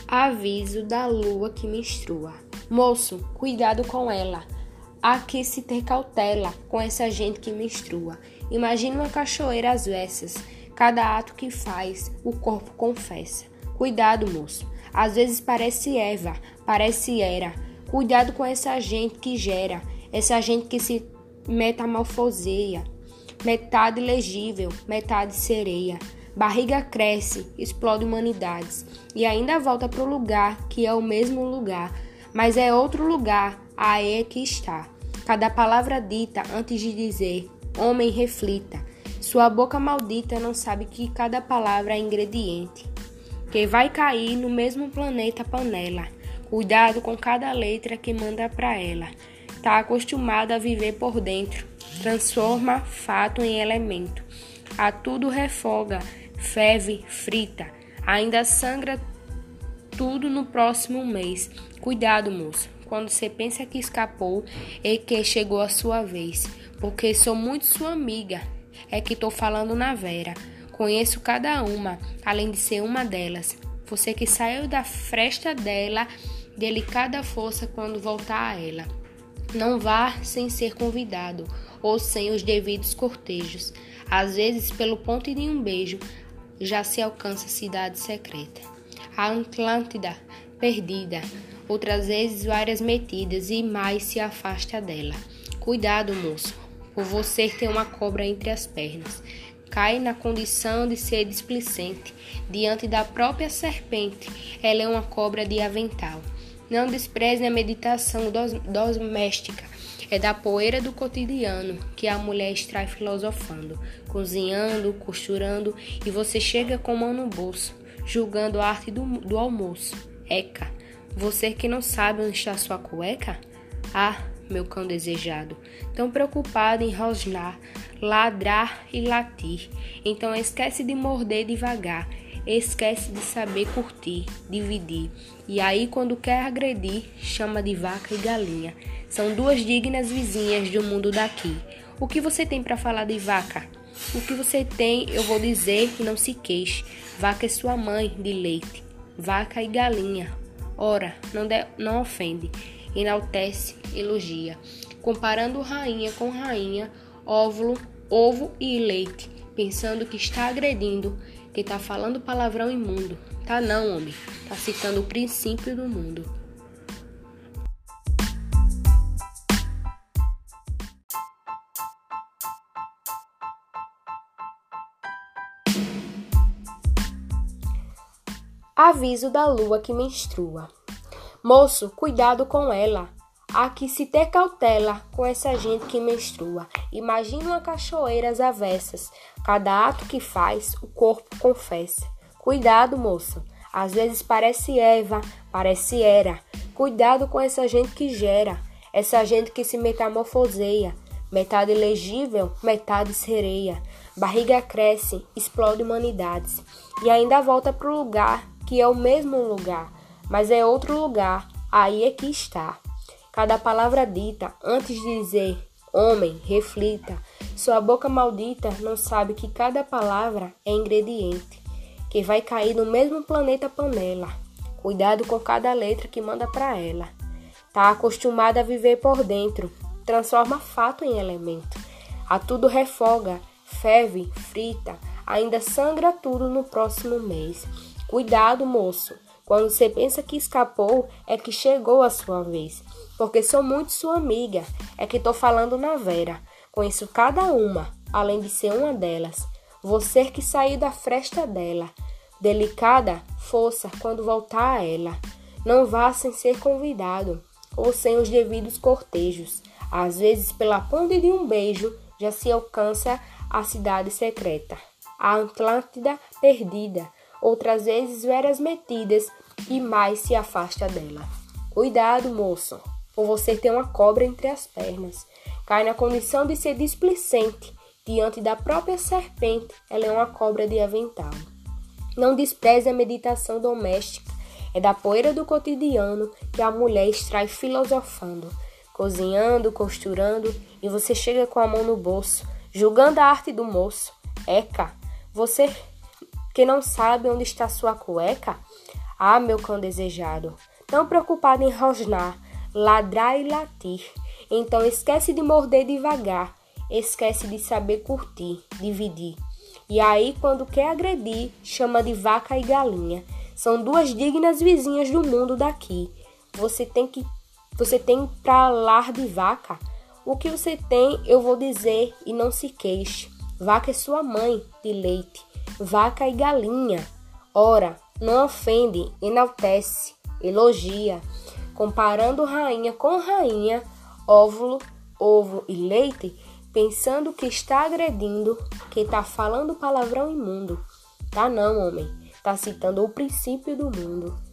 Aviso da lua que menstrua. Moço, cuidado com ela. Há que se ter cautela com essa gente que menstrua. Imagina uma cachoeira às vessas. Cada ato que faz, o corpo confessa. Cuidado, moço. Às vezes parece Eva, parece Hera. Cuidado com essa gente que gera. Essa gente que se metamorfoseia. Metade legível, metade sereia. Barriga cresce, explode humanidades e ainda volta para o lugar que é o mesmo lugar, mas é outro lugar, aí é que está. Cada palavra dita antes de dizer, homem reflita. Sua boca maldita não sabe que cada palavra é ingrediente, que vai cair no mesmo planeta panela. Cuidado com cada letra que manda para ela. Tá acostumada a viver por dentro, transforma fato em elemento. A tudo refoga, ferve, frita, ainda sangra tudo no próximo mês. Cuidado, moço, quando você pensa que escapou e que chegou a sua vez, porque sou muito sua amiga, é que tô falando na vera. Conheço cada uma, além de ser uma delas. Você que saiu da fresta dela, delicada força quando voltar a ela. Não vá sem ser convidado, ou sem os devidos cortejos. Às vezes, pelo ponto de um beijo, já se alcança a cidade secreta. A Atlântida perdida, outras vezes várias metidas e mais se afasta dela. Cuidado, moço, por você ter uma cobra entre as pernas. Cai na condição de ser displicente, diante da própria serpente. Ela é uma cobra de avental. Não despreze a meditação doméstica. É da poeira do cotidiano que a mulher extrai filosofando, cozinhando, costurando, e você chega com a mão no bolso, julgando a arte do almoço. Eca, você que não sabe onde está sua cueca? Ah, meu cão desejado, tão preocupado em rosnar, ladrar e latir. Então esquece de morder devagar, esquece de saber curtir, dividir. E aí quando quer agredir, chama de vaca e galinha. São duas dignas vizinhas do mundo daqui. O que você tem para falar de vaca? O que você tem, eu vou dizer e não se queixe. Vaca é sua mãe de leite. Vaca e galinha. Ora, não ofende, enaltece, elogia. Comparando rainha com rainha, ovo e leite. Pensando que está agredindo, que está falando palavrão imundo. Tá não, homem. Tá citando o princípio do mundo. Aviso da lua que menstrua. Moço, cuidado com ela. Há que se ter cautela com essa gente que menstrua. Imagina uma cachoeira às avessas. Cada ato que faz, o corpo confessa. Cuidado, moço. Às vezes parece Eva, parece Hera. Cuidado com essa gente que gera. Essa gente que se metamorfoseia. Metade legível, metade sereia. Barriga cresce, explode humanidades. E ainda volta pro lugar que é o mesmo lugar, mas é outro lugar, aí é que está. Cada palavra dita, antes de dizer, homem, reflita. Sua boca maldita não sabe que cada palavra é ingrediente, que vai cair no mesmo planeta panela. Cuidado com cada letra que manda para ela. Tá acostumada a viver por dentro, transforma fato em elemento. A tudo refoga, ferve, frita, ainda sangra tudo no próximo mês. Cuidado, moço, quando você pensa que escapou, é que chegou a sua vez. Porque sou muito sua amiga, é que tô falando na vera. Conheço cada uma, além de ser uma delas. Você que saiu da fresta dela. Delicada, força quando voltar a ela. Não vá sem ser convidado, ou sem os devidos cortejos. Às vezes, pela ponte de um beijo, já se alcança a cidade secreta. A Atlântida perdida. Outras vezes veras metidas e mais se afasta dela. Cuidado, moço, por você ter uma cobra entre as pernas. Cai na condição de ser displicente. Diante da própria serpente, ela é uma cobra de avental. Não despreze a meditação doméstica. É da poeira do cotidiano que a mulher extrai filosofando, cozinhando, costurando, e você chega com a mão no bolso, julgando a arte do moço. Eca, você que não sabe onde está sua cueca? Ah, meu cão desejado, tão preocupado em rosnar, ladrar e latir. Então esquece de morder devagar, esquece de saber curtir, dividir. E aí, quando quer agredir, chama de vaca e galinha. São duas dignas vizinhas do mundo daqui. Você tem pra lar de vaca? O que você tem, eu vou dizer, e não se queixe. Vaca é sua mãe de leite, vaca e galinha. Ora, não ofende, enaltece, elogia, comparando rainha com rainha, óvulo, ovo e leite, pensando que está agredindo quem está falando palavrão imundo. Tá não, homem, tá citando o princípio do mundo.